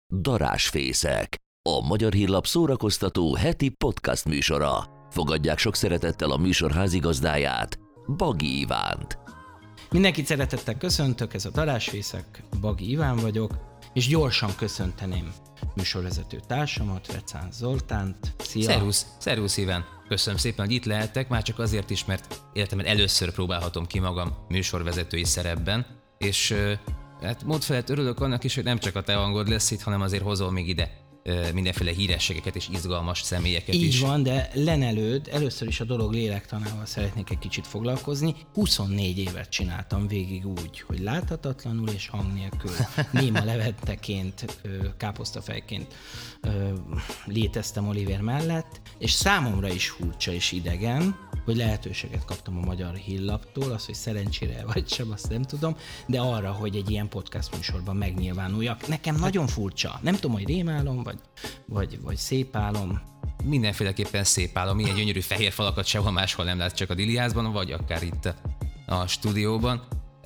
Darásfészek, a Magyar Hírlap szórakoztató heti podcast műsora. Fogadják sok szeretettel a műsor házigazdáját, Baghi Ivánt. Mindenkit szeretettel köszöntök, ez a Darásfészek, Baghi Iván vagyok, és gyorsan köszönteném műsorvezető társamat, Vecán Zoltánt. Szia! Szervusz Iván! Köszönöm szépen, hogy itt lehetek, már csak azért is, mert életemben először próbálhatom ki magam műsorvezetői szerepben, és hát mód felett örülök annak is, hogy nem csak a te hangod lesz itt, hanem azért hozol még ide mindenféle hírességeket és izgalmas személyeket is. Így van, de először is a dolog lélektanával szeretnék egy kicsit foglalkozni. 24 évet csináltam végig úgy, hogy láthatatlanul és hang nélkül, néma levetteként, káposztafejként léteztem Oliver mellett, és számomra is furcsa és idegen, hogy lehetőséget kaptam a Magyar Hírlaptól, az, hogy szerencsére vagy sem, azt nem tudom, de arra, hogy egy ilyen podcast műsorban megnyilvánuljak. Nekem nagyon furcsa. Nem tudom, hogy rémálom, vagy szép álom. Mindenféleképpen szép álom. Ilyen gyönyörű fehér falakat sehol máshol nem lát, csak a Diliászban, vagy akár itt a stúdióban.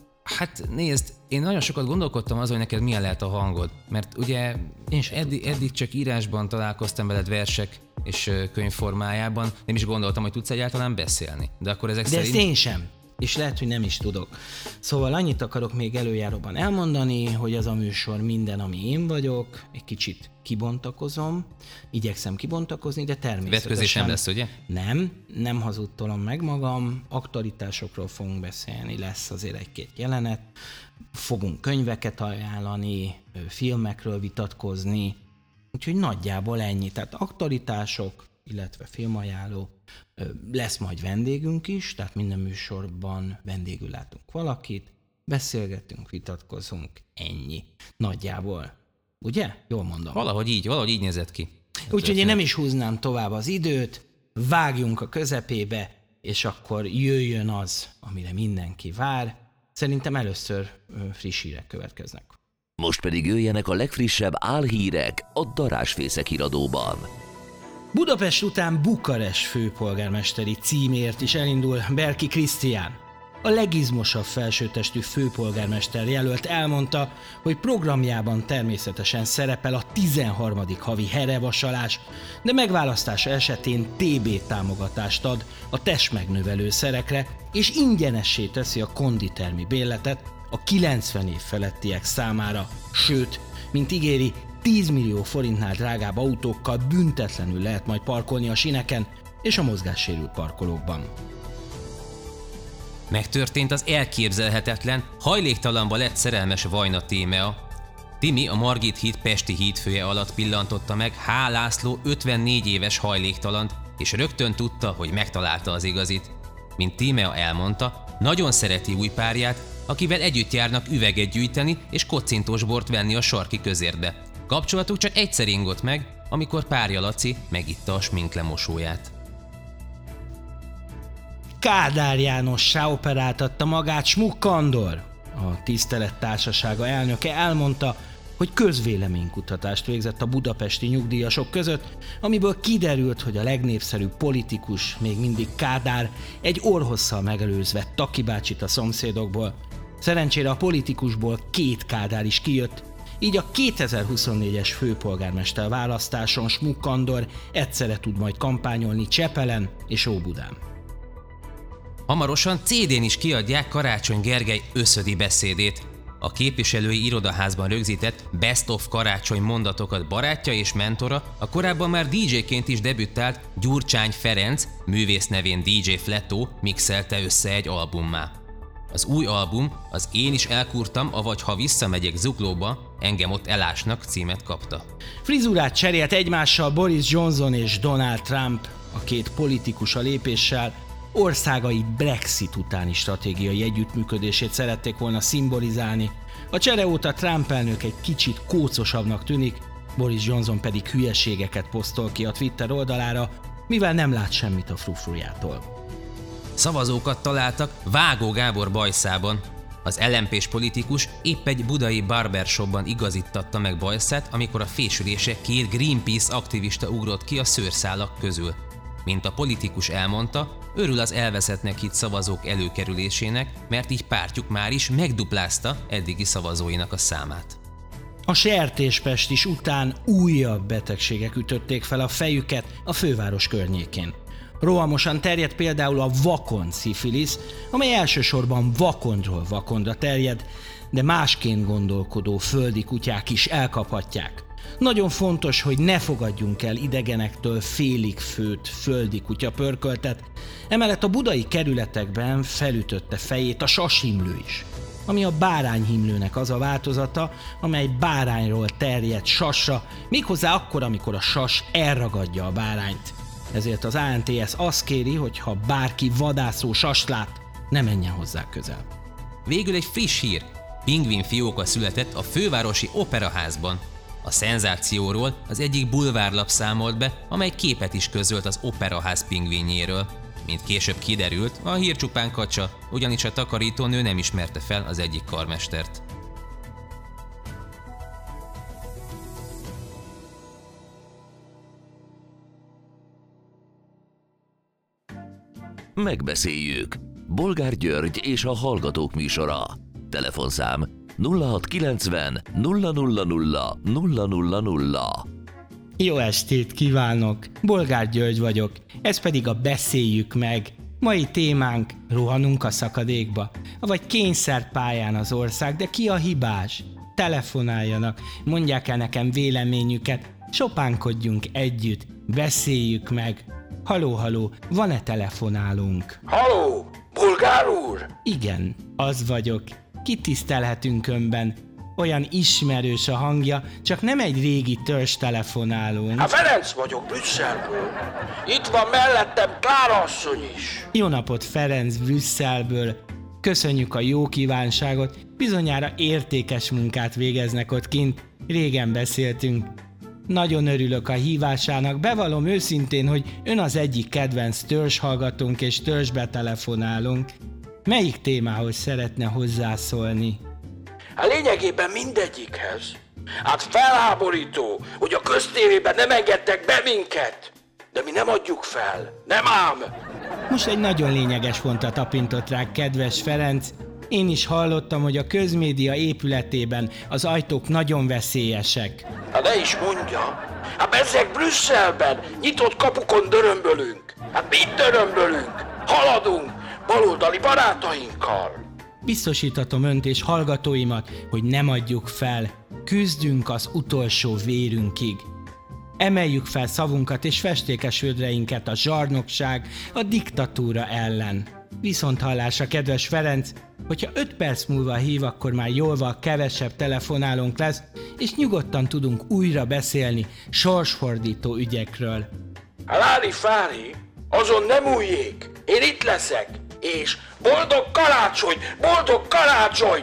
Hát nézd, én nagyon sokat gondolkodtam azon, hogy neked milyen lehet a hangod, mert ugye eddig csak írásban találkoztam veled versek és könyvformájában, nem is gondoltam, hogy tudsz egyáltalán beszélni. De akkor ezek szerint... ezt én sem. És lehet, hogy nem is tudok. Szóval annyit akarok még előjáróban elmondani, hogy az a műsor minden, ami én vagyok, egy kicsit kibontakozom, igyekszem kibontakozni, de természetesen... Vetközés nem lesz, ugye? Nem hazudtolom meg magam, aktualitásokról fogunk beszélni, lesz azért egy-két jelenet, fogunk könyveket ajánlani, filmekről vitatkozni, úgyhogy nagyjából ennyi. Tehát aktualitások, illetve filmajánló, lesz majd vendégünk is, tehát minden műsorban vendégül látunk valakit, beszélgetünk, vitatkozunk, ennyi. Nagyjából. Ugye? Jól mondom. Valahogy így nézett ki. Úgyhogy én nem is húznám tovább az időt, vágjunk a közepébe, és akkor jöjjön az, amire mindenki vár. Szerintem először friss hírek következnek. Most pedig jöjjenek a legfrissebb álhírek a Darásfészek híradóban. Budapest után Bukarest főpolgármesteri címért is elindul Berki Krisztián. A legizmosabb felsőtestű főpolgármester jelölt elmondta, hogy programjában természetesen szerepel a 13. havi herevasalás, de megválasztása esetén TB támogatást ad a testmegnövelő szerekre, és ingyenessé teszi a konditermi bérletet a 90 év felettiek számára, sőt, mint ígéri, 10 millió forintnál drágább autókkal büntetlenül lehet majd parkolni a síneken és a mozgássérült parkolókban. Megtörtént az elképzelhetetlen, hajléktalanba lett szerelmes Vajna Tímea. Timi a Margit híd pesti hídfője alatt pillantotta meg H. László 54 éves hajléktalant, és rögtön tudta, hogy megtalálta az igazit. Mint Tímea elmondta, nagyon szereti új párját, akivel együtt járnak üveget gyűjteni és kocintós bort venni a sarki közértbe. Kapcsolatuk csak egyszer ingott meg, amikor párja Laci megitta a sminklemosóját. Kádár Jánossá operáltatta magát Smuk Kandor. A Tisztelet Társasága elnöke elmondta, hogy közvéleménykutatást végzett a budapesti nyugdíjasok között, amiből kiderült, hogy a legnépszerűbb politikus még mindig Kádár, egy orrhosszal megelőzve Taki bácsit a szomszédokból. Szerencsére a politikusból 2 Kádár is kijött, így a 2024-es főpolgármester választáson Smuk Kandor egyszerre tud majd kampányolni Csepelen és Óbudán. Hamarosan CD-n is kiadják Karácsony Gergely összödi beszédét. A képviselői irodaházban rögzített Best of Karácsony mondatokat barátja és mentora, a korábban már DJ-ként is debütált Gyurcsány Ferenc, művész nevén DJ Fletó mixelte össze egy albummá. Az új album, az Én is elkurtam, avagy Ha visszamegyek Zuglóba, engem ott elásnak címet kapta. Frizurát cserélt egymással Boris Johnson és Donald Trump, a 2 politikus a lépéssel országai Brexit utáni stratégiai együttműködését szerették volna szimbolizálni. A csere óta Trump elnök egy kicsit kócosabbnak tűnik, Boris Johnson pedig hülyeségeket posztol ki a Twitter oldalára, mivel nem lát semmit a frufrujától. Szavazókat találtak Vágó Gábor bajszában. Az LMP-s politikus épp egy budai barbershopban igazítatta meg bajszát, amikor a fésülése 2 Greenpeace aktivista ugrott ki a szőrszálak közül. Mint a politikus elmondta, örül az elveszettnek hitt szavazók előkerülésének, mert így pártjuk már is megduplázta eddigi szavazóinak a számát. A sertéspest is után újabb betegségek ütötték fel a fejüket a főváros környékén. Rohamosan terjed például a vakond szifilisz, amely elsősorban vakondról vakondra terjed, de másként gondolkodó földi kutyák is elkaphatják. Nagyon fontos, hogy ne fogadjunk el idegenektől félig főtt földi kutyapörköltet, emellett a budai kerületekben felütötte fejét a sashimlő is, ami a bárányhimlőnek az a változata, amely bárányról terjed sasra, méghozzá akkor, amikor a sas elragadja a bárányt. Ezért az ANTS azt kéri, hogy ha bárki vadászó sast lát, ne menjen hozzá közel. Végül egy friss hír. Pingvin fióka született a fővárosi operaházban. A szenzációról az egyik bulvárlap számolt be, amely képet is közölt az operaház pingvinjéről. Mint később kiderült, a hír csupán kacsa, ugyanis a takarítónő nem ismerte fel az egyik karmestert. Megbeszéljük. Bolgár György és a Hallgatók műsora. Telefonszám 0690 000 000. Jó estét kívánok! Bolgár György vagyok, ez pedig a Beszéljük meg. Mai témánk: rohanunk a szakadékba, vagy kényszerpályán az ország, de ki a hibás? Telefonáljanak, mondják el nekem véleményüket, sopánkodjunk együtt, beszéljük meg. Haló, van-e telefonálónk? Halló, Bolgár úr! Igen, az vagyok. Kitisztelhetünk önben. Olyan ismerős a hangja, csak nem egy régi törzs telefonálónk. Hát Ferenc vagyok, Brüsszelből. Itt van mellettem Klára asszony is. Jó napot, Ferenc Brüsszelből. Köszönjük a jó kívánságot, bizonyára értékes munkát végeznek ott kint. Régen beszéltünk. Nagyon örülök a hívásának, bevallom őszintén, hogy ön az egyik kedvenc törzshallgatónk és törzsbe telefonálunk. Melyik témához szeretne hozzászólni? Hát lényegében mindegyikhez. Hát felháborító, hogy a köztévében nem engedtek be minket. De mi nem adjuk fel, nem ám! Most egy nagyon lényeges pontra tapintott rá, kedves Ferenc. Én is hallottam, hogy a közmédia épületében az ajtók nagyon veszélyesek. Hát ne is mondja. Hát ezek Brüsszelben nyitott kapukon dörömbölünk. Hát mit dörömbölünk? Haladunk baloldali barátainkkal. Biztosítatom önt és hallgatóimat, hogy nem adjuk fel. Küzdünk az utolsó vérünkig. Emeljük fel szavunkat és festékes vödreinket a zsarnokság, a diktatúra ellen. Viszonthallásra, kedves Ferenc, hogyha 5 perc múlva hív, akkor már jóval kevesebb telefonálónk lesz, és nyugodtan tudunk újra beszélni sorsfordító ügyekről. Lári Fári, azon nem újjék, én itt leszek, és boldog karácsony, boldog karácsony!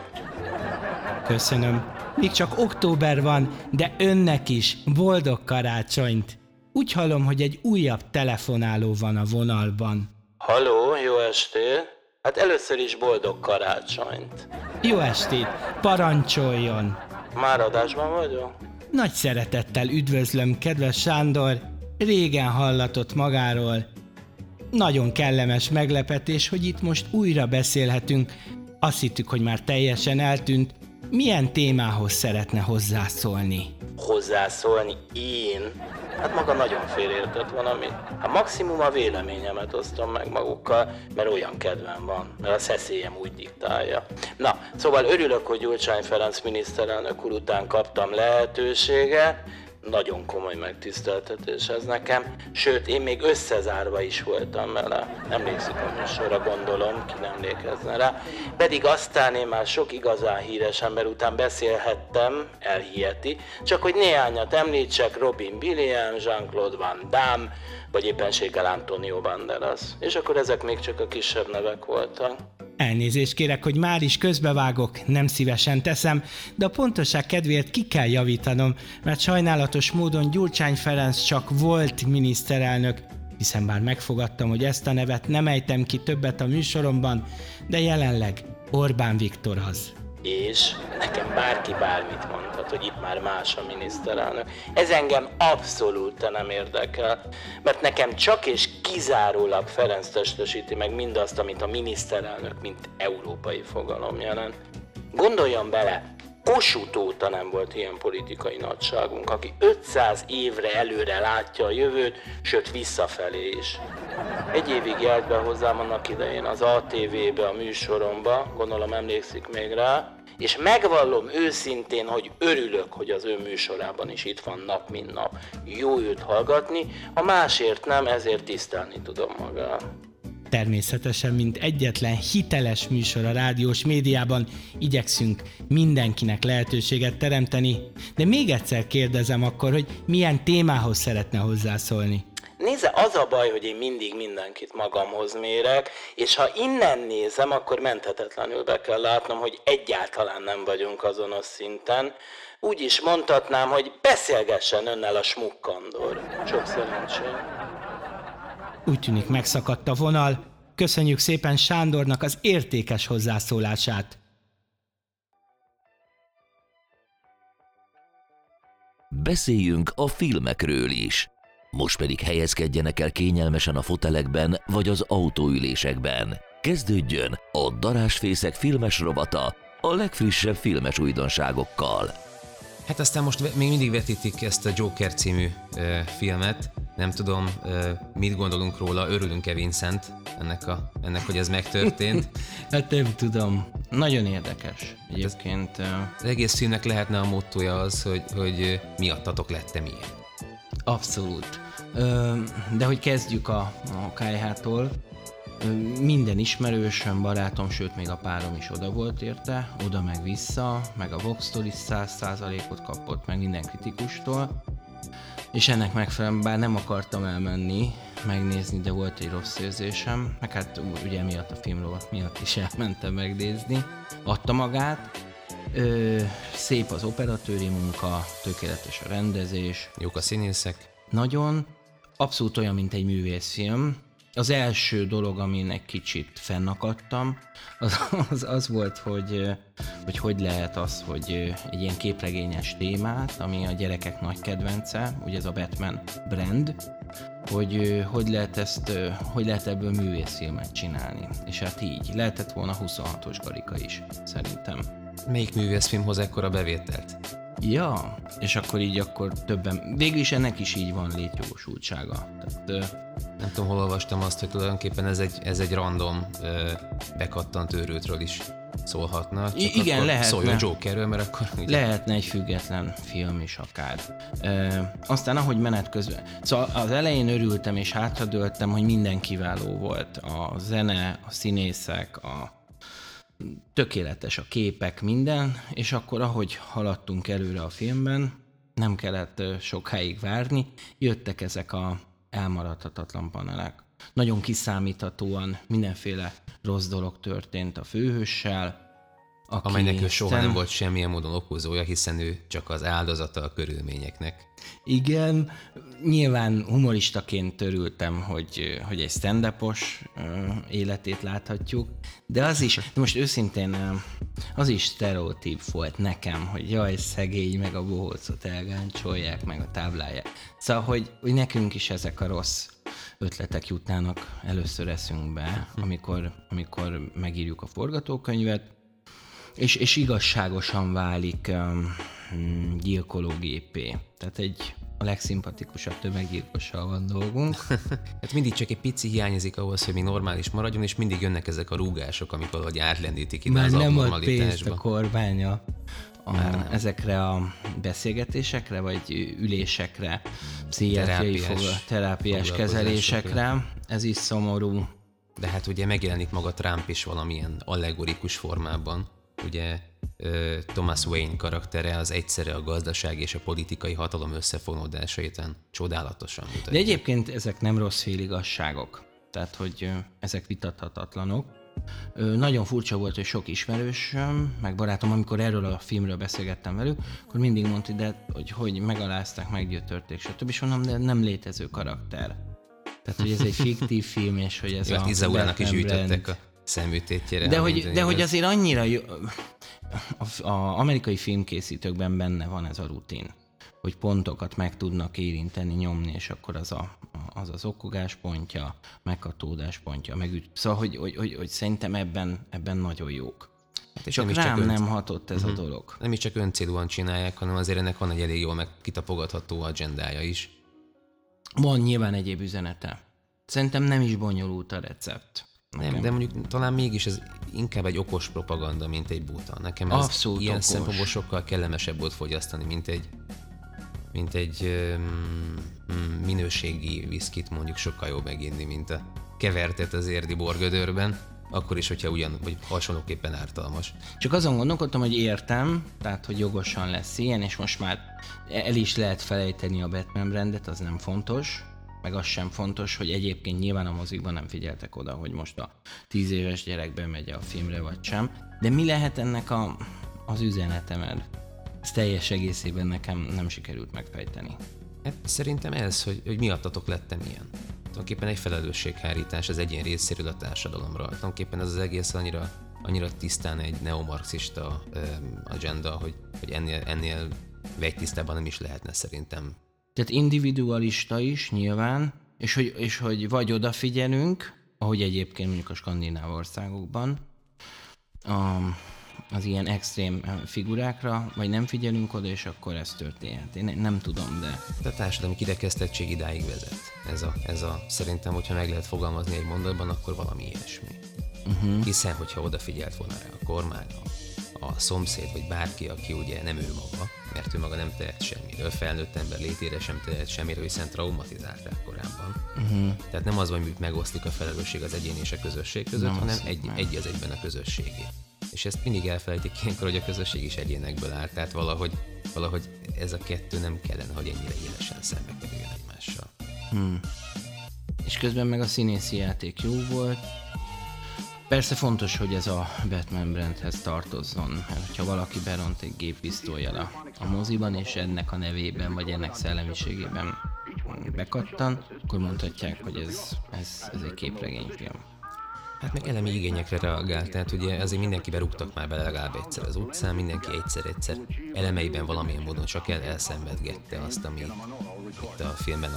Köszönöm. Még csak október van, de önnek is boldog karácsonyt. Úgy hallom, hogy egy újabb telefonáló van a vonalban. Halló, jó estét! Hát először is boldog karácsonyt. Jó estét, parancsoljon! Már adásban vagyok? Nagy szeretettel üdvözlöm, kedves Sándor, régen hallatott magáról. Nagyon kellemes meglepetés, hogy itt most újra beszélhetünk. Azt hittük, hogy már teljesen eltűnt. Milyen témához szeretne hozzászólni? Hozzászólni én? Hát maga nagyon félreértett valamit. Hát maximum a véleményemet osztom meg magukkal, mert olyan kedvem van, mert a szeszélyem úgy diktálja. Na, szóval örülök, hogy Gyurcsány Ferenc miniszterelnök úr után kaptam lehetőséget. Nagyon komoly megtiszteltetés ez nekem, sőt, én még összezárva is voltam vele. Emlékszik a műsorra, gondolom, ki nem emlékezne rá. Pedig aztán én már sok igazán híres ember után beszélhettem, elhiheti, csak hogy néhányat említsek, Robin Williams, Jean-Claude Van Damme, vagy éppenséggel Antonio Banderas. És akkor ezek még csak a kisebb nevek voltak. Elnézést kérek, hogy már is közbevágok, nem szívesen teszem, de a pontosság kedvéért ki kell javítanom, mert sajnálatos módon Gyurcsány Ferenc csak volt miniszterelnök, hiszen bár megfogadtam, hogy ezt a nevet nem ejtem ki többet a műsoromban, de jelenleg Orbán Viktor az. És nekem bárki bármit mondhat, hogy itt már más a miniszterelnök. Ez engem abszolút nem érdekel, mert nekem csak és kizárólag Ferenc testesíti meg mindazt, amit a miniszterelnök, mint európai fogalom jelent. Gondoljon bele, Kossuth óta nem volt ilyen politikai nagyságunk, aki 500 évre előre látja a jövőt, sőt visszafelé is. Egy évig járt be hozzám annak idején az ATV-be, a műsoromba, gondolom emlékszik még rá, és megvallom őszintén, hogy örülök, hogy az ő műsorában is itt van nap, mint nap. Jó őt hallgatni, ha másért nem, ezért tisztelni tudom magát. Természetesen, mint egyetlen hiteles műsor a rádiós médiában igyekszünk mindenkinek lehetőséget teremteni, de még egyszer kérdezem akkor, hogy milyen témához szeretne hozzászólni. Nézze, az a baj, hogy én mindig mindenkit magamhoz mérek, és ha innen nézem, akkor menthetetlenül be kell látnom, hogy egyáltalán nem vagyunk azonos szinten. Úgy is mondhatnám, hogy beszélgessen önnel a smukkandor. Sok szerencsét. Úgy tűnik megszakadt a vonal. Köszönjük szépen Sándornak az értékes hozzászólását. Beszéljünk a filmekről is. Most pedig helyezkedjenek el kényelmesen a fotelekben vagy az autóülésekben. Kezdődjön a Darásfészek filmes rovata a legfrissebb filmes újdonságokkal. Hát aztán most még mindig vetítik ezt a Joker című filmet. Nem tudom, mit gondolunk róla, örülünk-e Vincent ennek, hogy ez megtörtént. Hát nem tudom. Nagyon érdekes egyébként. Az egész filmnek lehetne a mottója az, hogy miattatok lettem ilyen. Abszolút. De hogy kezdjük a KH-tól, minden ismerősöm, barátom, sőt még a párom is oda volt érte, oda meg vissza, meg a Vox-tól is 100%-ot kapott, meg minden kritikustól, és ennek megfelelően, bár nem akartam elmenni, megnézni, de volt egy rossz érzésem, meg hát ugye miatt a filmrovat miatt is elmentem megnézni, adta magát, szép az operatőri munka, tökéletes a rendezés. Jók a színészek. Nagyon, abszolút olyan, mint egy művészfilm. Az első dolog, amin egy kicsit fennakadtam, az volt, hogy lehet az, hogy egy ilyen képregényes témát, ami a gyerekek nagy kedvence, ugye ez a Batman brand, hogy lehet ebből művészfilmet csinálni. És hát így. Lehetett volna 26-os karika is, szerintem. Melyik művészfilm hoz ekkora bevételt? Ja, és akkor többen... Végül is ennek is így van létjogosultsága. Tehát, nem tudom, hol olvastam azt, hogy tulajdonképpen ez egy random bekattant őrültről is szólhatna. Csak igen, lehetne. Szóljon Jokerről, mert akkor... Ugye... Lehetne egy független film is akár. Aztán ahogy menet közben... Szóval az elején örültem és hátradőltem, hogy minden kiváló volt. A zene, a színészek, tökéletes a képek, minden, és akkor ahogy haladtunk előre a filmben, nem kellett sokáig várni, jöttek ezek a elmaradhatatlan panelek. Nagyon kiszámíthatóan mindenféle rossz dolog történt a főhőssel, amelynek ő soha nem volt semmilyen módon okozója, hiszen ő csak az áldozata a körülményeknek. Igen, nyilván humoristaként örültem, hogy egy stand-upos életét láthatjuk, de az is, de most őszintén az is sztereotíp volt nekem, hogy jaj, szegény, meg a bohócot elgáncsolják, meg a tábláját. Szóval, hogy nekünk is ezek a rossz ötletek jutnának először eszünkbe, amikor megírjuk a forgatókönyvet, és igazságosan válik gyilkológépé. Tehát a legszimpatikusabb tömeggyilkossal van dolgunk. Hát mindig csak egy pici hiányozik ahhoz, hogy mi normális maradjon, és mindig jönnek ezek a rúgások, amikor valahogy átlendítik ide az abnormalitásba. Már nem ad pénzt a kormánya ezekre a beszélgetésekre, vagy ülésekre, terápiás kezelésekre. Ez is szomorú. De hát ugye megjelenik maga Trump is valamilyen allegorikus formában. Ugye Thomas Wayne karaktere az egyszerre a gazdaság és a politikai hatalom összefonódásait csodálatosan mutatja. De egyébként ezek nem rossz féligasságok, tehát hogy ezek vitathatatlanok. Nagyon furcsa volt, hogy sok ismerősöm, meg barátom, amikor erről a filmről beszélgettem velük, akkor mindig mondta, de hogy megalázták, meggyötörték, stb. És mondom, de nem létező karakter. Tehát, hogy ez egy fiktív film, és hogy ez a Izaurának is gyűjtöttek a szemütétjére. De hogy azért annyira jó, az amerikai filmkészítőkben benne van ez a rutin, hogy pontokat meg tudnak érinteni, nyomni, és akkor az okogáspontja, meghatódáspontja, Szóval, hogy szerintem ebben nagyon jók. És csak rám nem hatott ez a dolog. Nem is csak öncélúan csinálják, hanem azért ennek van egy elég jól kitapogatható agendája is. Van nyilván egyéb üzenete. Szerintem nem is bonyolult a recept. Nem, de mondjuk talán mégis ez inkább egy okos propaganda, mint egy buta. Nekem ez abszolút ilyen okos. szempontból sokkal kellemesebb volt fogyasztani, mint egy minőségi viszkit mondjuk sokkal jobb meginni, mint a kevertet az érdi borgödörben, akkor is, hogyha vagy hasonlóképpen ártalmas. Csak azon gondolkodtam, hogy értem, tehát, hogy jogosan lesz ilyen, és most már el is lehet felejteni a Batman brandet, az nem fontos, meg az sem fontos, hogy egyébként nyilván a mozikban nem figyeltek oda, hogy most a 10 éves gyerek bemegy a filmre vagy sem, de mi lehet ennek az üzenete, mert ez teljes egészében nekem nem sikerült megfejteni. Hát szerintem ez, hogy miattatok lettem ilyen. Tulajdonképpen egy felelősséghárítás az egyén részéről a társadalomra. Tulajdonképpen ez az egész annyira tisztán egy neomarxista agenda, hogy ennél vegytisztában nem is lehetne szerintem. Tehát individualista is nyilván, és hogy vagy odafigyelünk, ahogy egyébként mondjuk a skandináv országokban, az ilyen extrém figurákra, vagy nem figyelünk oda, és akkor ez történhet. Én nem tudom, de... A társadalmi kirekesztettség idáig vezet. Ez a szerintem, hogyha meg lehet fogalmazni egy mondatban, akkor valami ilyesmi. Hiszen, hogyha odafigyelt volna rá a kormány, a szomszéd, vagy bárki, aki ugye nem ő maga, mert ő maga nem tehet semmiről, felnőtt ember létére sem tehet semmiről, hiszen traumatizálták korábban. Tehát nem az, hogy megoszlik a felelősség az egyén és a közösség között, hanem egy az egyben a közösségé. És ezt mindig elfelejtik ilyenkor, hogy a közösség is egyénekből áll, tehát valahogy ez a kettő nem kellene, hogy ennyire élesen szembe kerüljön egymással. És közben meg a színészi játék jó volt. Persze fontos, hogy ez a Batman brandhez tartozzon, mert ha valaki beront egy géppisztollyal a moziban, és ennek a nevében, vagy ennek szellemiségében bekattan, akkor mondhatják, hogy ez egy képregényfilm. Hát meg elemi igényekre reagált, tehát ugye azért mindenki berúgtak már bele legalább egyszer az utcán, mindenki egyszer elemeiben valamilyen módon csak elszenvedgette azt, ami itt a filmben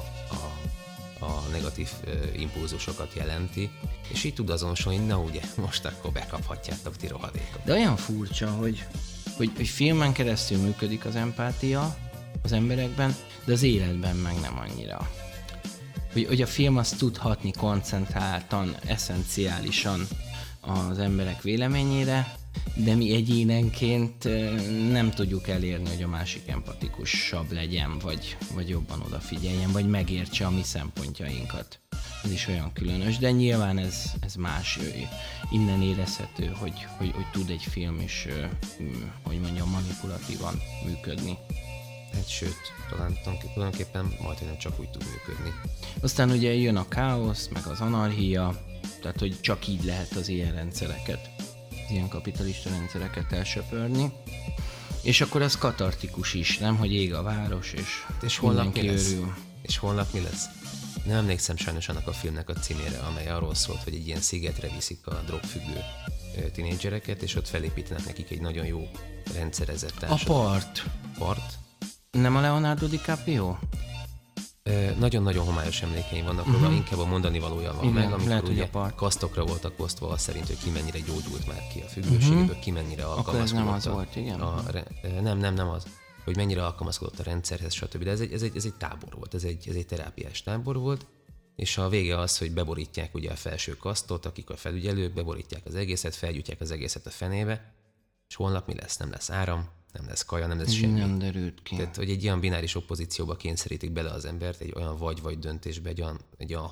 a negatív impulzusokat jelenti, és így tud azonosulni, na ugye, most akkor bekaphatjátok ti rohadékot. De olyan furcsa, hogy filmen keresztül működik az empátia az emberekben, de az életben meg nem annyira. Hogy a film azt tud hatni koncentráltan, eszenciálisan az emberek véleményére, de mi egyénenként nem tudjuk elérni, hogy a másik empatikusabb legyen, vagy jobban odafigyeljen, vagy megértse a mi szempontjainkat. Ez is olyan különös, de nyilván ez más. Innen érezhető, hogy tud egy film is, hogy mondjam, manipulatívan működni. Hát sőt, tulajdonképpen majdnem csak úgy tud működni. Aztán ugye jön a káosz, meg az anarchia, tehát hogy csak így lehet az ilyen rendszereket, az ilyen kapitalista rendszereket elsöpörni. És akkor az katartikus is, nem? Hogy ég a város, és mindenki örül. És holnap mi lesz? Nem emlékszem sajnos annak a filmnek a címére, amely arról szólt, hogy egy ilyen szigetre viszik a drogfüggő tinédzsereket, és ott felépítenek nekik egy nagyon jó rendszerezett társadalmat. A Part? Nem a Leonardo DiCaprio? Nagyon-nagyon homályos emlékeim vannak róla, inkább a mondani valója van. Igen, meg, amikor lehet, ugye kasztokra voltak osztva az szerint, hogy ki mennyire gyógyult már ki a függőségéből, ki mennyire alkalmazkodott. Akkor ez nem az volt, igen? Nem az, hogy mennyire alkalmazkodott a rendszerhez, stb. De ez egy tábor volt, ez egy terápiás tábor volt, és a vége az, hogy beborítják ugye a felső kasztot, akik a felügyelők, beborítják az egészet, felgyújtják az egészet a fenébe, és holnap mi lesz? Nem lesz áram, nem lesz kaja, nem lesz semmi. Nem derült ki. Tehát, hogy egy ilyen bináris opozícióba kényszerítik bele az embert, egy olyan vagy döntésbe, egy olyan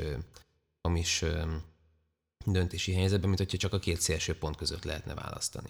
hamis döntési helyzetben, mint hogyha csak a két szélső pont között lehetne választani.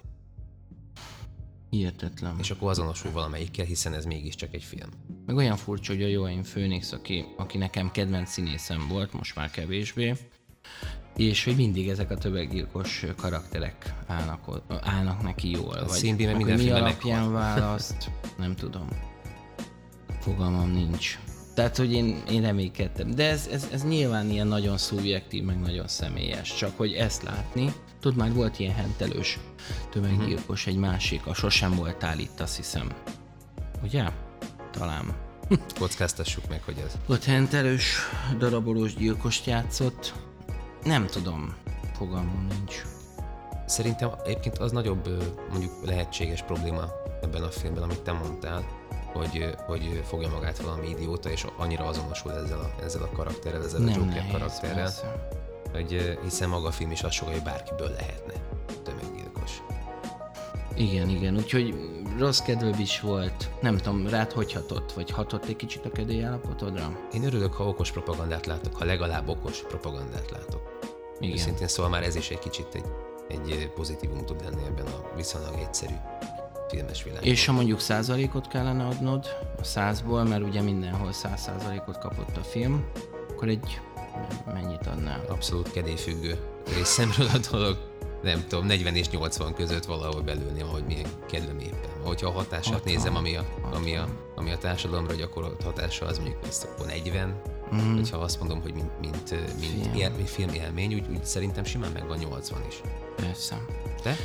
Hihetetlen. És akkor azonosulj valamelyikkel, hiszen ez mégiscsak egy film. Meg olyan furcsa, hogy a Joaquin Phoenix, aki nekem kedvenc színészem volt, most már kevésbé, és hogy mindig ezek a tömeggyilkos karakterek állnak neki jól. A vagy színbi, mert minden filmben alapján választ, nem tudom. Fogalmam nincs. Tehát, hogy én reménykedtem. De ez nyilván ilyen nagyon szubjektív, meg nagyon személyes. Csak hogy ezt látni, tudod, már volt ilyen hentelős tömeggyilkos, egy másik, a Sosem voltál itt, azt hiszem. Ugye? Talán. Kockáztassuk meg, hogy ez. Ott hentelős, darabolós gyilkost játszott. Nem tudom, fogalmam nincs. Szerintem egyébként az nagyobb mondjuk lehetséges probléma ebben a filmben, amit te mondtál, hogy fogja magát valami idióta, és annyira azonosul ezzel a karakterrel, ezzel a Joker karakterrel, hogy hiszen maga a film is azt sokkal, hogy bárkiből lehetne tömeggyilkos. Igen, úgyhogy rossz kedvebb is volt. Nem tudom, rád hogy hatott? Vagy hatott egy kicsit a kedélyállapotodra? Én örülök, ha okos propagandát látok, ha legalább okos propagandát látok. Igen. Szintén szóval már ez is egy kicsit egy pozitívum tud lenni ebben a viszonylag egyszerű filmes világban. És ha mondjuk 100%-ot kellene adnod a 100-ból, mert ugye mindenhol 100%-ot kapott a film, akkor mennyit adnál? Abszolút kedélyfüggő részemről a dolog. Nem tudom, 40 és 80 között valahol belülném, ahogy milyen kedvem éppen. Hogyha a hatását nézem, ami a társadalomra gyakorolt hatása, az mondjuk lesz akkor 40. Hogyha azt mondom, hogy mint filmélmény, úgy szerintem simán megvan 80 is. Persze. Te?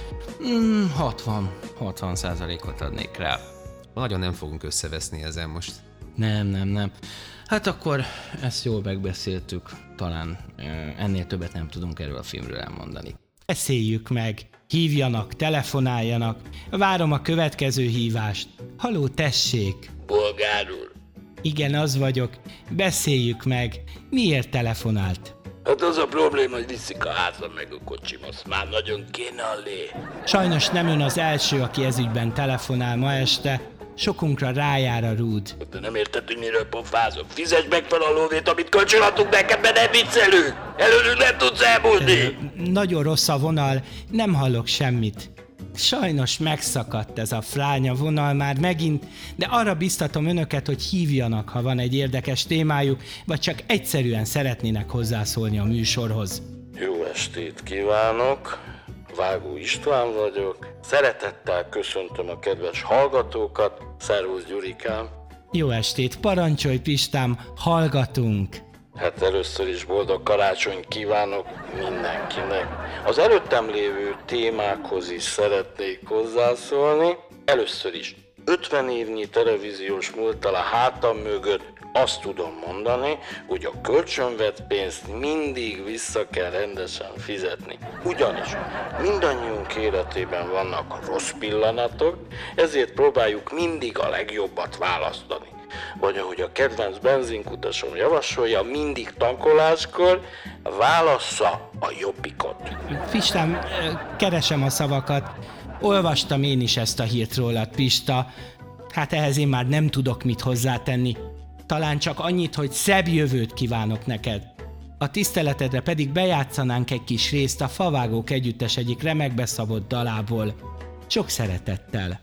60%-ot adnék rá. Nagyon nem fogunk összeveszni ezzel most. Nem. Hát akkor ezt jól megbeszéltük. Talán ennél többet nem tudunk erről a filmről elmondani. Beszéljük meg, hívjanak, telefonáljanak, várom a következő hívást. Halló, tessék! Bolgár úr. Igen, az vagyok. Beszéljük meg, miért telefonált? Hát az a probléma, hogy viszik a házam meg a kocsim, azt már nagyon kéne a lé. Sajnos nem ön az első, aki ezügyben telefonál ma este. Sokunkra rájár a rúd. De nem érted, hogy miről pofázok. Fizess meg fel a lóvét, amit kölcsönadtunk neked, mert nem viccelünk. Előlünk nem tudsz elmúlni. Nagyon rossz a vonal, nem hallok semmit. Sajnos megszakadt ez a fránya vonal már megint, de arra biztatom önöket, hogy hívjanak, ha van egy érdekes témájuk, vagy csak egyszerűen szeretnének hozzászólni a műsorhoz. Jó estét kívánok! Vágó István vagyok. Szeretettel köszöntöm a kedves hallgatókat. Szervusz, Gyurikám! Jó estét, parancsolj Pistám, hallgatunk! Hát először is boldog karácsonyt kívánok mindenkinek. Az előttem lévő témákhoz is szeretnék hozzászólni. Először is 50 évnyi televíziós múlttal a hátam mögött azt tudom mondani, hogy a kölcsönvett pénzt mindig vissza kell rendesen fizetni. Ugyanis mindannyiunk életében vannak rossz pillanatok, ezért próbáljuk mindig a legjobbat választani. Vagy ahogy a kedvenc benzinkutasom javasolja, mindig tankoláskor válassza a jobbikot. Pistám, keresem a szavakat. Olvastam én is ezt a hírt rólad, Pista. Hát ehhez én már nem tudok mit hozzátenni. Talán csak annyit, hogy szebb jövőt kívánok neked. A tiszteletedre pedig bejátszanánk egy kis részt a Favágók együttes egyik remekbe szabott dalából. Sok szeretettel.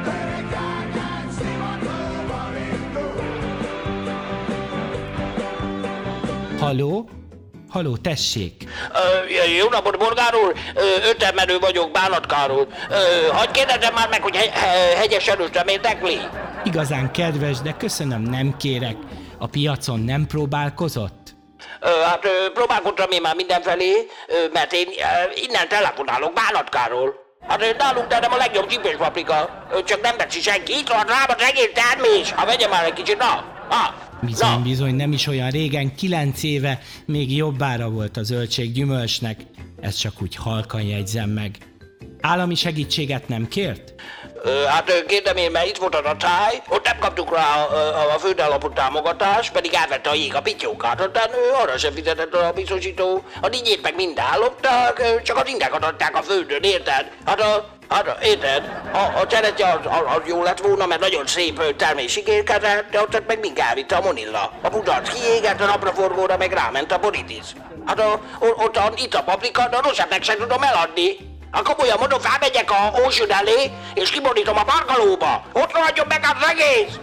Halló? Halló, tessék! Jó napot, Bolgár úr! Ötemenő vagyok, Bánatkáról. Hadd kérdezem már meg, hogy hegyes előttem érdekli? Igazán kedves, de köszönöm, nem kérek. A piacon nem próbálkozott? Hát próbálkoztam én már mindenfelé, mert én innen telefonálok Bánatkáról. Hát nálunk terem a legjobb csípéspaprika, csak nem veszi senki. Itt van rám az egész termés, ha vegye már egy kicsit, Bizony, nem is olyan régen, 9 éve még jobbára volt a zöldség gyümölcsnek. Ezt csak úgy halkan jegyzem meg. Állami segítséget nem kért? Hát kérdem én, mert itt volt az a táj, ott nem kaptuk rá a földalapú támogatást, pedig elvette a jég a pityókat, aztán arra sem fizetett a biztosító, a díjét meg mind állották, csak az indekat adták a földön, érted? Hát érted? A cseretje az jó lett volna, mert nagyon szép termés ígérkezett, de ott meg mind elvitte a Monilla. A budac kiégett, a napraforgóra meg ráment a boritis. Hát itt a paprika, de a rosszabbnek sem tudom eladni. Ha komolyan mondom, felmegyek a Ocean elé, és kiborítom a parkolóba. Ott rohadjon meg az egész!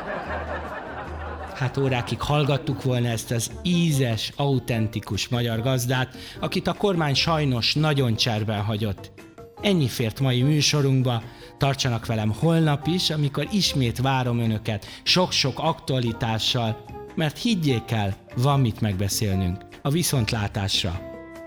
Hát órákig hallgattuk volna ezt az ízes, autentikus magyar gazdát, akit a kormány sajnos nagyon cserben hagyott. Ennyi fért mai műsorunkba, tartsanak velem holnap is, amikor ismét várom önöket sok-sok aktualitással, mert higgyék el, van mit megbeszélnünk. A viszontlátásra!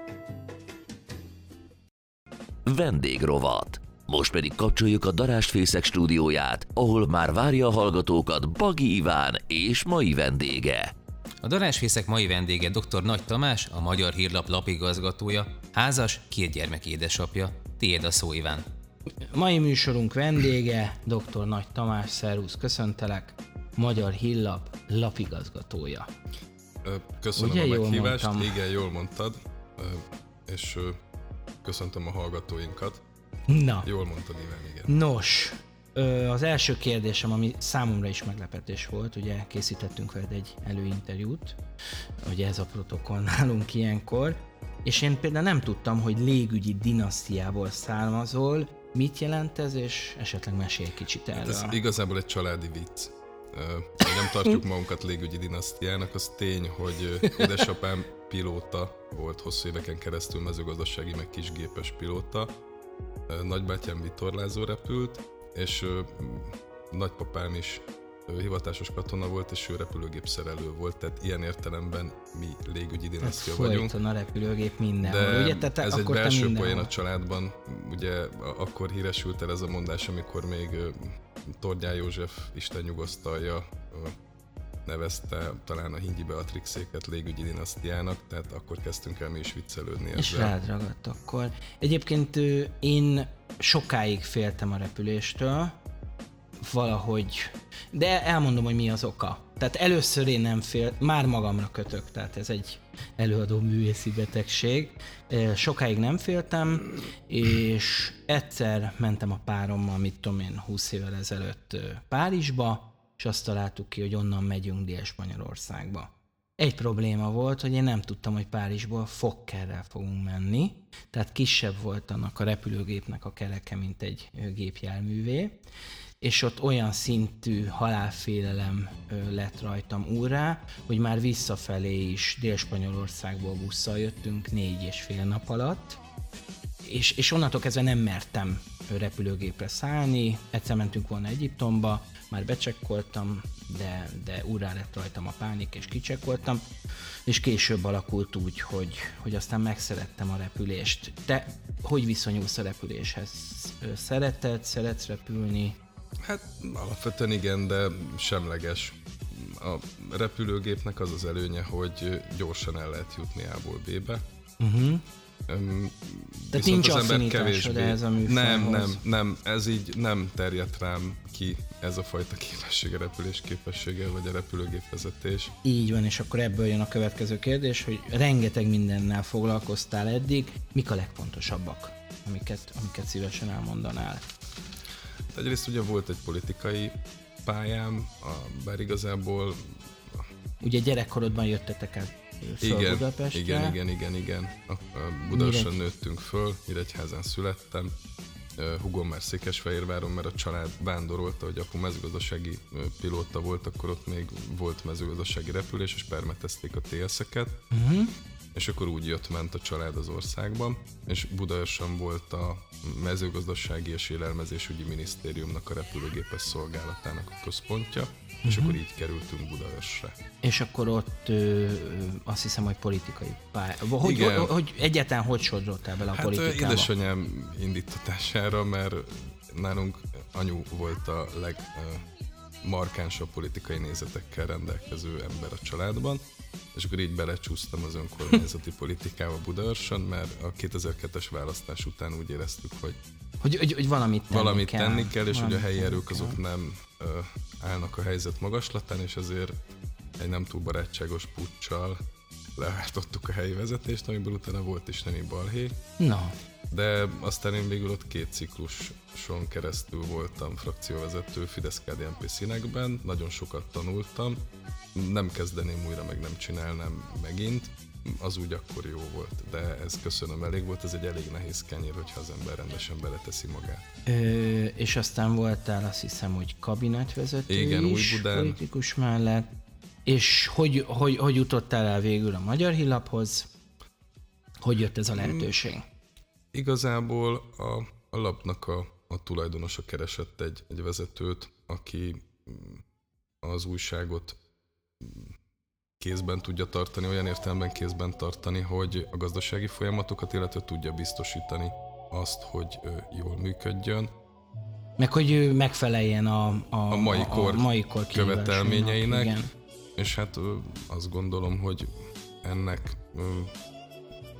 Vendégrovat. Most pedig kapcsoljuk a Darásfészek stúdióját, ahol már várja a hallgatókat Bagi Iván és mai vendége. A Darásfészek mai vendége dr. Nagy Tamás, a Magyar Hírlap lapigazgatója, házas, 2 gyermek édesapja. Tiéd a szó, Iván. Mai műsorunk vendége, dr. Nagy Tamás, szervusz, köszöntelek, Magyar Hírlap lapigazgatója. Köszönöm Ugye, a meghívást, mondtam? jól mondtad, és köszöntöm a hallgatóinkat. Na, Jól mondtad, Iván, igen. nos, az első kérdésem, ami számomra is meglepetés volt, ugye készítettünk veled egy előinterjút, ugye ez a protokoll nálunk ilyenkor, és én például nem tudtam, hogy légügyi dinasztiából származol. Mit jelent ez, és esetleg mesélj kicsit erről. Ez igazából egy családi vicc. Nem tartjuk magunkat légügyi dinasztiának, az tény, hogy édesapám pilóta volt hosszú éveken keresztül, mezőgazdasági meg kisgépes pilóta. Nagybátyám vitorlázó repült, és nagypapám is hivatásos katona volt, és ő repülőgépszerelő volt, tehát ilyen értelemben mi légügyi dinasztia vagyunk. Folyton a repülőgép mindenhol, De ugye? Tehát ez egy akkor belső poén a családban, ugye akkor híresült el ez a mondás, amikor még Tordján József, Isten nyugosztalja, nevezte talán a Hingyi Beatrixéket légügyi dinasztiának, tehát akkor kezdtünk el mi is viccelődni ezzel. És rád ragadt akkor. Egyébként én sokáig féltem a repüléstől, valahogy, de elmondom, hogy mi az oka. Tehát először én nem már magamra kötök, tehát ez egy előadó művészi betegség. Sokáig nem féltem, és egyszer mentem a párommal, mit tudom én, 20 évvel ezelőtt Párizsba, és azt találtuk ki, hogy onnan megyünk Dél-Spanyolországba. Egy probléma volt, hogy én nem tudtam, hogy Párizsból Fokkerrel fogunk menni, tehát kisebb volt annak a repülőgépnek a kereke, mint egy gépjárművé, és ott olyan szintű halálfélelem lett rajtam úrrá, hogy már visszafelé is Dél-Spanyolországból busszal jöttünk 4,5 nap alatt, és onnantól kezdve nem mertem repülőgépre szállni, egyszer mentünk volna Egyiptomba, már becsekkoltam, de úrrá lett rajtam a pánik, és kicsekkoltam, és később alakult úgy, hogy aztán megszerettem a repülést. Te hogy viszonyulsz a repüléshez? Szeretsz repülni? Hát alapvetően igen, de semleges. A repülőgépnek az az előnye, hogy gyorsan el lehet jutni A-ból B-be. Tehát nincs affinitásod ez a műfajhoz? Nem, ez így nem terjedt rám ki, ez a fajta képesség, a repülés képessége, vagy a repülőgépvezetés. Így van, és akkor ebből jön a következő kérdés, hogy rengeteg mindennel foglalkoztál eddig, mik a legfontosabbak, amiket szívesen elmondanál? Egyrészt ugye volt egy politikai pályám, bár igazából... Ugye gyerekkorodban jöttetek el föl Budapestre? Igen. Budaörsön nőttünk föl, Nyíregyházán születtem. Hugom már Székesfehérváron, mert a család vándorolta, hogy apu mezőgazdasági pilóta volt, akkor ott még volt mezőgazdasági repülés, és permetezték a TS-eket. És akkor úgy jött-ment a család az országban, és Budaörsön volt a mezőgazdasági és élelmezésügyi minisztériumnak a repülőgépes szolgálatának a központja, és akkor így kerültünk Budaörsre. És akkor ott azt hiszem, hogy politikai pálya. Hogy egyáltalán hogy sodrottál bele a politikába? Hát édesanyám indítatására, mert nálunk anyu volt a legmarkánsabb politikai nézetekkel rendelkező ember a családban, és akkor így belecsúsztam az önkormányzati politikába Budaörsön, mert a 2002-es választás után úgy éreztük, hogy valamit tenni kell, és hogy a helyi erők azok nem állnak a helyzet magaslatán, és ezért egy nem túl barátságos puccsal leváltottuk a helyi vezetést, amiből utána volt is némi balhé. No. De aztán én végül ott 2 cikluson keresztül voltam frakcióvezető Fidesz-KDNP színekben, nagyon sokat tanultam, nem kezdeném újra, meg nem csinálnám megint, az úgy akkor jó volt, de ez köszönöm, elég volt, ez egy elég nehéz kenyér, hogyha az ember rendesen beleteszi magát. És aztán voltál, azt hiszem, hogy kabinetvezető igen, is Újbudán. Politikus mellett, és hogy jutottál el végül a Magyar Hírlaphoz? Hogy jött ez a lehetőség? Igazából a lapnak a tulajdonosa keresett egy vezetőt, aki az újságot kézben tudja tartani, olyan értelemben kézben tartani, hogy a gazdasági folyamatokat, illetve tudja biztosítani azt, hogy jól működjön. Meg hogy megfeleljen a mai kor követelményeinek. Igen. És hát azt gondolom, hogy ennek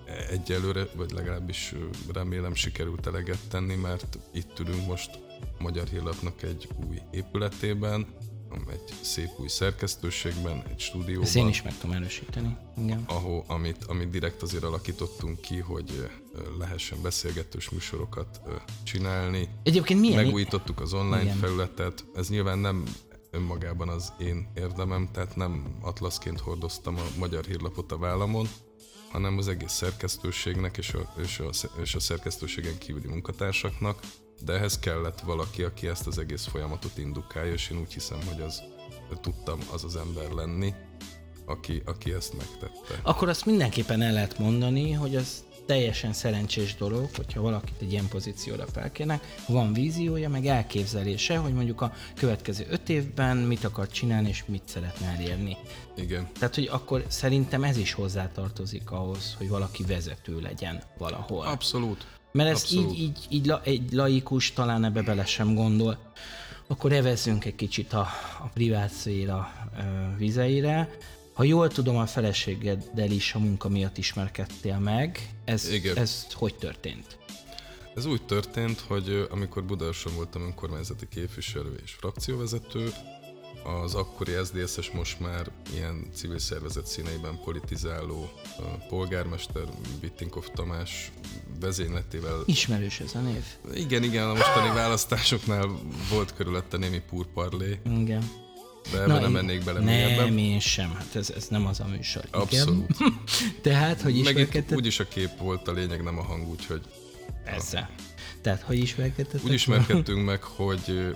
egyelőre, vagy legalábbis remélem sikerült eleget tenni, mert itt ülünk most a Magyar Hírlapnak egy új épületében, egy szép új szerkesztőségben, egy stúdióban. Ezt én is meg tudom erősíteni. Igen. Amit direkt azért alakítottunk ki, hogy lehessen beszélgetős műsorokat csinálni. Egyébként milyen... Megújítottuk az online felületet, ez nyilván nem önmagában az én érdemem, tehát nem atlaszként hordoztam a Magyar Hírlapot a vállamon, hanem az egész szerkesztőségnek és a szerkesztőségen kívüli munkatársaknak, de ehhez kellett valaki, aki ezt az egész folyamatot indukálja, és én úgy hiszem, hogy tudtam az az ember lenni, aki ezt megtette. Akkor azt mindenképpen el lehet mondani, hogy az teljesen szerencsés dolog, hogyha valakit egy ilyen pozícióra felkérnek, van víziója, meg elképzelése, hogy mondjuk a következő 5 évben mit akar csinálni, és mit szeretne elérni. Igen. Tehát, hogy akkor szerintem ez is hozzátartozik ahhoz, hogy valaki vezető legyen valahol. Abszolút. Mert ezt így egy laikus talán ebbe bele sem gondol. Akkor evezzünk egy kicsit a privát szféra vizeire. Ha jól tudom, a feleségeddel is a munka miatt ismerkedtél meg. Ez hogy történt? Ez úgy történt, hogy amikor Budaörsön voltam önkormányzati képviselő és frakcióvezető, az akkori SZDSZ-es, most már ilyen civil szervezet színeiben politizáló polgármester Bittinkov Tamás vezényletével... Ismerős ez a név. Igen, a mostani választásoknál volt körülötte némi púrparlé. Igen. De ebben nem mennék bele mélyebben. Nem, én sem. Hát ez nem az a műsor. Abszolút. Tehát, hogy ismerkedtetek? Úgyis a kép volt a lényeg, nem a hang, úgyhogy... Persze. Tehát, hogy ismerkedtetek? Úgy ismerkedtünk meg, hogy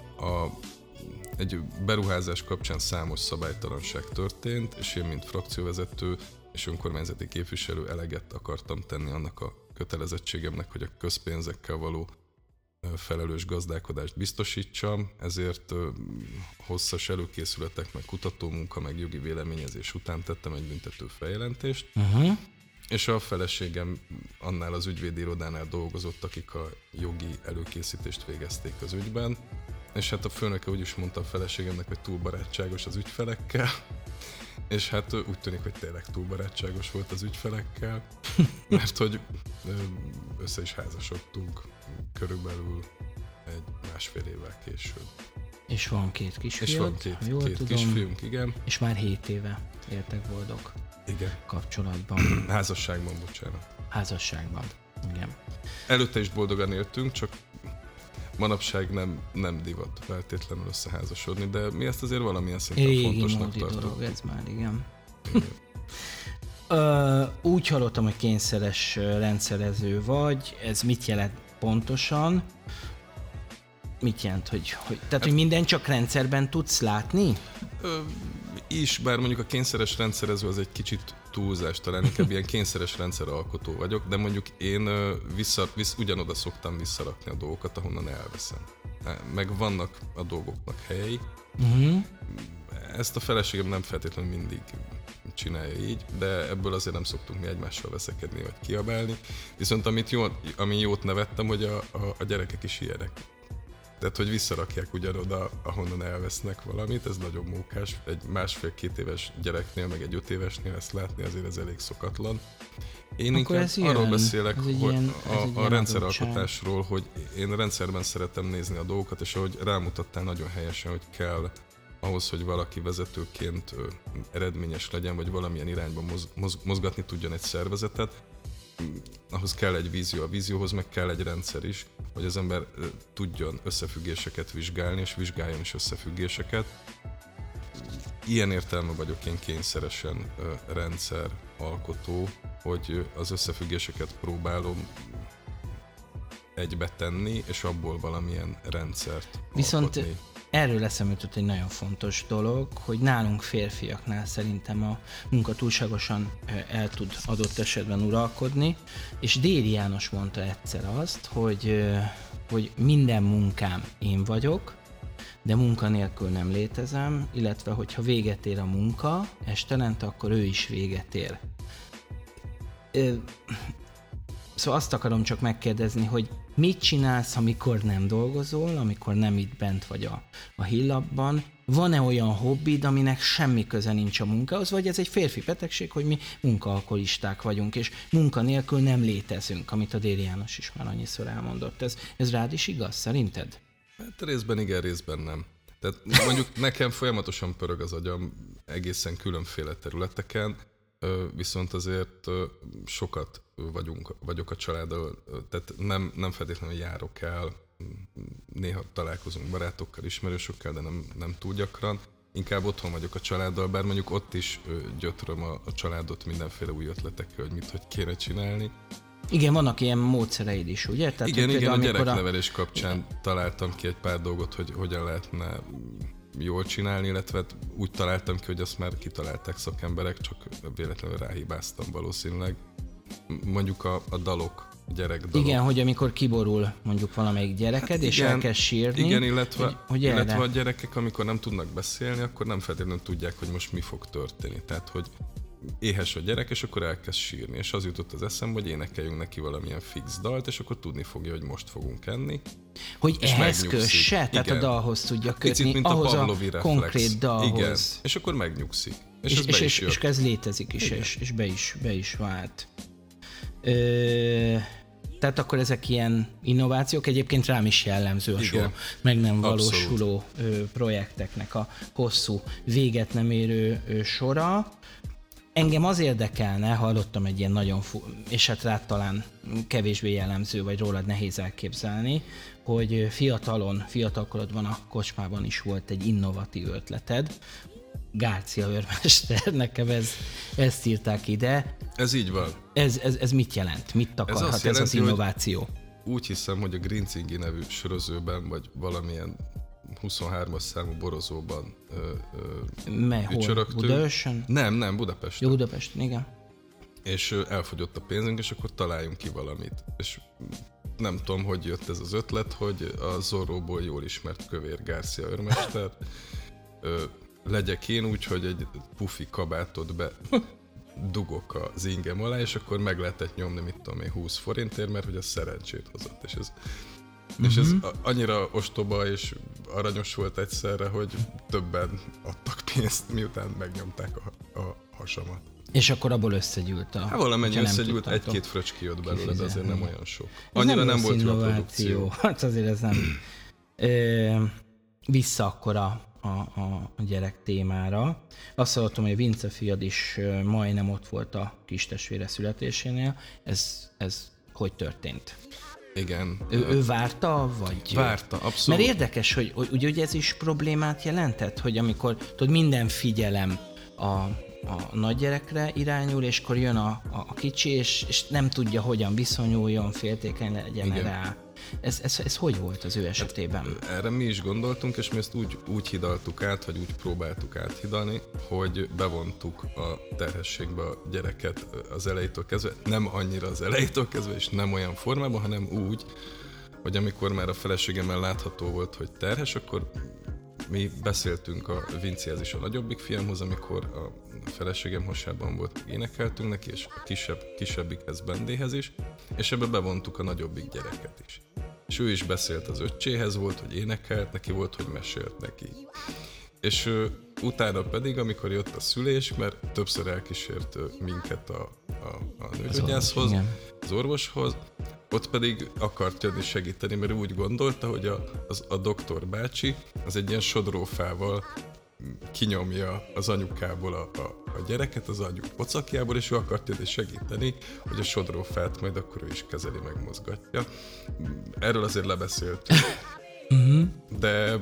egy beruházás kapcsán számos szabálytalanság történt, és én, mint frakcióvezető és önkormányzati képviselő eleget akartam tenni annak a kötelezettségemnek, hogy a közpénzekkel való felelős gazdálkodást biztosítsam, ezért hosszas előkészületek, meg kutatómunka, meg jogi véleményezés után tettem egy büntető feljelentést, és a feleségem annál az ügyvédi irodánál dolgozott, akik a jogi előkészítést végezték az ügyben, és hát a főnöke úgy is mondta a feleségemnek, hogy túl barátságos az ügyfelekkel, és hát úgy tűnik, hogy tényleg túl barátságos volt az ügyfelekkel, mert hogy össze is házasodtunk körülbelül egy 1,5 évvel később. És van 2 kisfiúk. És van két kisfiunk, igen. És már 7 éve éltek boldog kapcsolatban. Házasságban, bocsánat. Házasságban, igen. Előtte is boldogan éltünk, csak manapság nem divat feltétlenül összeházasodni, de mi ezt azért valamilyen szinten fontosnak tartottuk. Dolog, ez már, igen. Úgy hallottam, hogy kényszeres rendszerező vagy. Ez mit jelent pontosan? Mit jelent, hogy tehát, hogy minden csak rendszerben tudsz látni? Bár mondjuk a kényszeres rendszerező az egy kicsit túlzás, talán inkább ilyen kényszeres rendszeralkotó vagyok, de mondjuk én ugyanoda szoktam visszarakni a dolgokat, ahonnan elveszem. Meg vannak a dolgoknak helyei. Ezt a feleségem nem feltétlenül mindig csinálja így, de ebből azért nem szoktunk mi egymással veszekedni vagy kiabálni. Viszont ami jót nevettem, hogy a gyerekek is ilyenek. Tehát, hogy visszarakják ugyanoda, ahonnan elvesznek valamit, ez nagyon mókás. Egy 1,5-2 éves gyereknél, meg egy 5 évesnél ezt látni azért ez elég szokatlan. Én akkor inkább arról beszélek, hogy a rendszeralkotásról, hogy én rendszerben szeretem nézni a dolgokat, és ahogy rámutattál nagyon helyesen, hogy kell ahhoz, hogy valaki vezetőként eredményes legyen, vagy valamilyen irányba mozgatni tudjon egy szervezetet, ahhoz kell egy vízió, a vízióhoz meg kell egy rendszer is, hogy az ember tudjon összefüggéseket vizsgálni, és vizsgáljon is összefüggéseket. Ilyen értelemben vagyok én kényszeresen rendszeralkotó, hogy az összefüggéseket próbálom egybe tenni, és abból valamilyen rendszert viszont alkotni. Erről eszembe jutott egy nagyon fontos dolog, hogy nálunk férfiaknál szerintem a munka túlságosan el tud adott esetben uralkodni, és Déri János mondta egyszer azt, hogy minden munkám én vagyok, de munka nélkül nem létezem, illetve hogyha véget ér a munka estelente, akkor ő is véget ér. Szóval azt akarom csak megkérdezni, hogy mit csinálsz, amikor nem dolgozol, amikor nem itt bent vagy a hírlapban, van-e olyan hobbid, aminek semmi köze nincs a munkához, vagy ez egy férfi betegség, hogy mi munkaalkoholisták vagyunk, és munka nélkül nem létezünk, amit a Déri János is már annyiszor elmondott. Ez rád is igaz, szerinted? Hát részben igen, részben nem. Tehát mondjuk nekem folyamatosan pörög az agyam egészen különféle területeken, viszont azért sokat vagyok a családdal, tehát nem feltétlenül járok el, néha találkozunk barátokkal, ismerősökkel, de nem túl gyakran. Inkább otthon vagyok a családdal, bár mondjuk ott is gyötröm a családot mindenféle új ötletekkel, hogy kéne csinálni. Igen, vannak ilyen módszereid is, ugye? Tehát, igen, a gyereknevelés kapcsán találtam ki egy pár dolgot, hogy hogyan lehetne jól csinálni, illetve úgy találtam ki, hogy azt már kitalálták szakemberek, csak véletlenül ráhibáztam valószínűleg. Mondjuk a dalok, gyerekdalok. Igen, hogy amikor kiborul mondjuk valamelyik gyereked, és elkezd sírni. Igen, illetve a gyerekek, amikor nem tudnak beszélni, akkor nem feltétlenül tudják, hogy most mi fog történni. Tehát, hogy éhes a gyerek, és akkor elkezd sírni. És az jutott az eszembe, hogy énekeljünk neki valamilyen fix dalt, és akkor tudni fogja, hogy most fogunk enni. Hogy ehhez kösse? Tehát a dalhoz tudja kötni, picit, mint ahhoz a Pavlovi reflex. Konkrét dalhoz. Igen, és akkor megnyugszik. És ez létezik is, és be is vált. Tehát akkor ezek ilyen innovációk, egyébként rám is jellemző a soha meg nem valósuló projekteknek a hosszú, véget nem érő sora. Engem az érdekelne, hallottam egy ilyen nagyon, és hát rád talán kevésbé jellemző, vagy rólad nehéz elképzelni, hogy fiatalkorodban a kocsmában is volt egy innovatív ötleted. Gárcia őrmester, nekem ezt írták ide. Ez így van. Ez mit jelent? Mit takarhat ez az innováció? Úgy hiszem, hogy a Grincingi nevű sörözőben, vagy valamilyen 23-as számú borozóban ücsörögtünk. Budaörsön? Nem, Budapesten. Jó, Budapesten, igen. És elfogyott a pénzünk, és akkor találjunk ki valamit. És nem tudom, hogy jött ez az ötlet, hogy a Zorróból jól ismert Kövér Gárcia őrmester legyek én úgy, hogy egy pufi kabátot be dugok az ingem alá, és akkor meg lehetett nyomni, mit tudom én, 20 forintért, mert hogy az szerencsét hozott. És ez annyira ostoba és aranyos volt egyszerre, hogy többen adtak pénzt, miután megnyomták a hasamat. És akkor abból összegyűlt Hát valamennyi összegyűlt, egy-két fröcski jött belőle, de azért nem olyan sok. Annyira nem volt jó a produkció. Hát azért ez nem. Vissza akkor a gyerek témára. Azt hallottam, hogy a Vince fiad is majdnem ott volt a kis testvére születésénél. Ez hogy történt? Igen. Ő várta, vagy? Várta, abszolút. Mert érdekes, hogy ugye ez is problémát jelentett, hogy amikor minden figyelem a nagygyerekre irányul, és akkor jön a kicsi, és nem tudja, hogyan viszonyuljon, féltékeny legyen rá. Ez hogy volt az ő esetében? Hát, erre mi is gondoltunk, és mi ezt úgy hidaltuk át, vagy úgy próbáltuk áthidalni, hogy bevontuk a terhességbe a gyereket az elejétől kezdve, nem annyira az elejétől kezdve, és nem olyan formában, hanem úgy, hogy amikor már a feleségemmel látható volt, hogy terhes, akkor mi beszéltünk a Vincihez is, a nagyobbik fiamhoz, amikor a feleségem hasában volt, énekeltünk neki, és a kisebbikhez, Bendéhez is, és ebbe bevontuk a nagyobbik gyereket is. És ő is beszélt az öccséhez, volt, hogy énekelt, neki volt, hogy mesélt neki. És utána pedig, amikor jött a szülés, mert többször elkísért minket a nőgyógyászhoz, az orvoshoz, ott pedig akart jönni segíteni, mert úgy gondolta, hogy a doktor bácsi az egy ilyen sodrófával kinyomja az anyukából a gyereket, az anyu pocakjából, és ő akart jönni segíteni, hogy a sodrófát majd akkor ő is kezeli, megmozgatja. Erről azért lebeszéltünk, de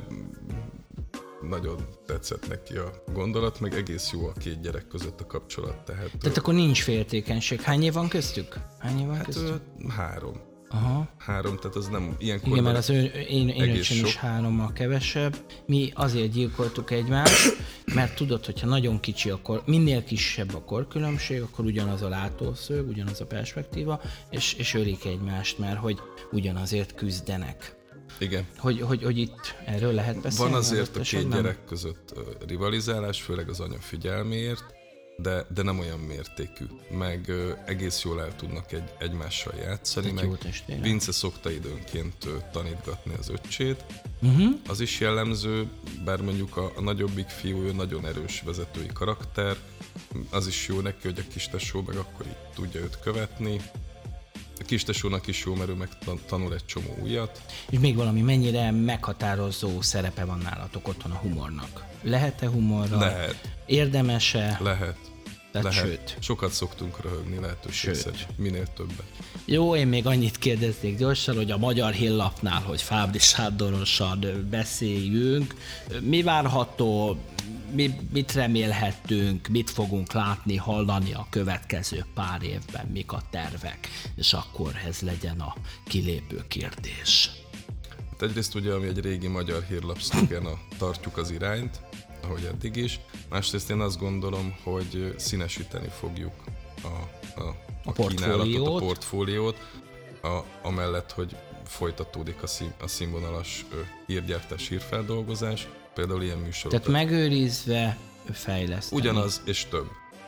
nagyon tetszett neki a gondolat, meg egész jó a két gyerek között a kapcsolat. Tehát akkor nincs féltékenység. Hány év van köztük? köztük? 3. Aha. 3, tehát az nem ilyenkor. Igen, mert az én öcsém is 3-mal kevesebb. Mi azért gyilkoltuk egymást, mert tudod, hogyha nagyon kicsi, akkor minél kisebb a korkülönbség, akkor ugyanaz a látószög, ugyanaz a perspektíva, és ölik egymást, mert hogy ugyanazért küzdenek. Igen. Hogy itt erről lehet beszélni? Van azért a két gyerek között rivalizálás, főleg az anya figyelméért, de nem olyan mértékű. Meg egész jól el tudnak egymással játszani, meg Vince szokta időnként tanítgatni az öccsét. Az is jellemző, bár mondjuk a nagyobbik fiú, ő nagyon erős vezetői karakter, az is jó neki, hogy a kistesó meg akkor így tudja őt követni. A kistesónak is jó, mert ő meg tanul egy csomó újat. És még valami, mennyire meghatározó szerepe van nálatok otthon a humornak? Lehet-e humorra? Lehet. Érdemes-e? Lehet. Tehát lehet. Sőt. Sokat szoktunk röhögni, lehetőség szerint. Minél többet. Jó, én még annyit kérdeznék gyorsan, hogy a Magyar Hírlapnál, hogy Fábry Sándorossal beszéljünk. Mi várható, mit remélhetünk, mit fogunk látni, hallani a következő pár évben, mik a tervek, és akkor ez legyen a kilépő kérdés. Hát egyrészt ugye, ami egy régi Magyar Hírlap szlogen, a tartjuk az irányt, ahogy eddig is. Másrészt én azt gondolom, hogy színesíteni fogjuk a kínálatot, a portfóliót, amellett, hogy folytatódik a színvonalas hírgyártás, hírfeldolgozás, például ilyen műsorokat. Tehát megőrizve fejleszteni. Ugyanaz és több,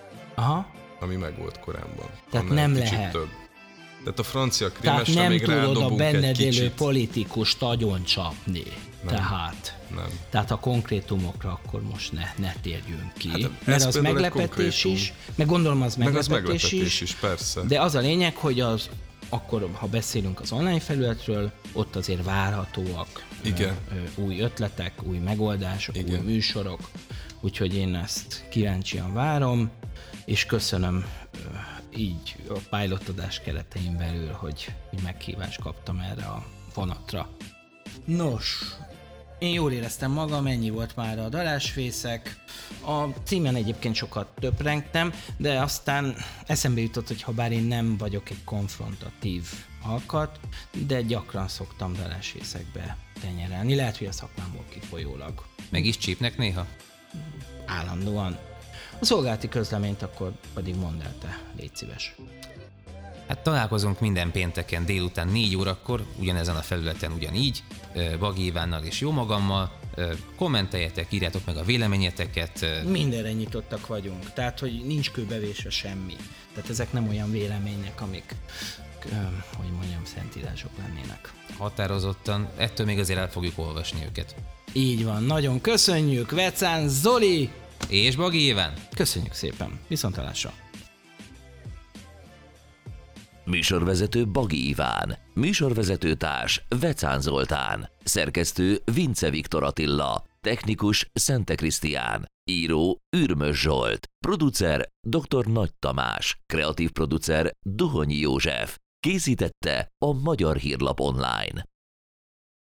ami megvolt korábban. Tehát nem lehet. Több. Tehát a francia krimesre nem még rádobunk tudod a benned egy élő kicsit. politikust agyoncsapni. Nem. Tehát a konkrétumokra akkor most ne térjünk ki. Hát mert az meglepetés is, meg gondolom az meglepetés is, persze. De az a lényeg, hogy akkor, ha beszélünk az online felületről, ott azért várhatóak új ötletek, új megoldások, új műsorok. Úgyhogy én ezt kíváncsian várom, és köszönöm így a pilotodás keretein belül, hogy meghívást kaptam erre a vonatra. Nos, én jól éreztem magam, ennyi volt már a Darásfészek. A címen egyébként sokat töprengtem, de aztán eszembe jutott, hogy ha bár én nem vagyok egy konfrontatív alkat, de gyakran szoktam Darásfészekbe tenyerelni. Lehet, hogy a szakmámból kifolyólag. Meg is csípnek néha? Állandóan. A szolgálati közleményt akkor pedig mondd el te, légy szíves. Hát találkozunk minden pénteken délután 4 órakor, ugyanezen a felületen ugyanígy, Bagi Ivánnal és jó magammal. Kommenteljetek, írjátok meg a véleményeteket. Mindenre nyitottak vagyunk, tehát hogy nincs kőbevésve semmi. Tehát ezek nem olyan vélemények, amik, hogy mondjam, szentírások lennének. Határozottan, ettől még azért el fogjuk olvasni őket. Így van, nagyon köszönjük, Vecán Zoli! És Bagi Iván! Köszönjük szépen, viszontlátásra! Műsorvezető Bagi Iván, műsorvezetőtárs Vecán Zoltán, szerkesztő Vince Viktor Attila, technikus Szente Krisztián, író Ürmös Zsolt, producer dr. Nagy Tamás, kreatív producer Duhonyi József, készítette a Magyar Hírlap Online.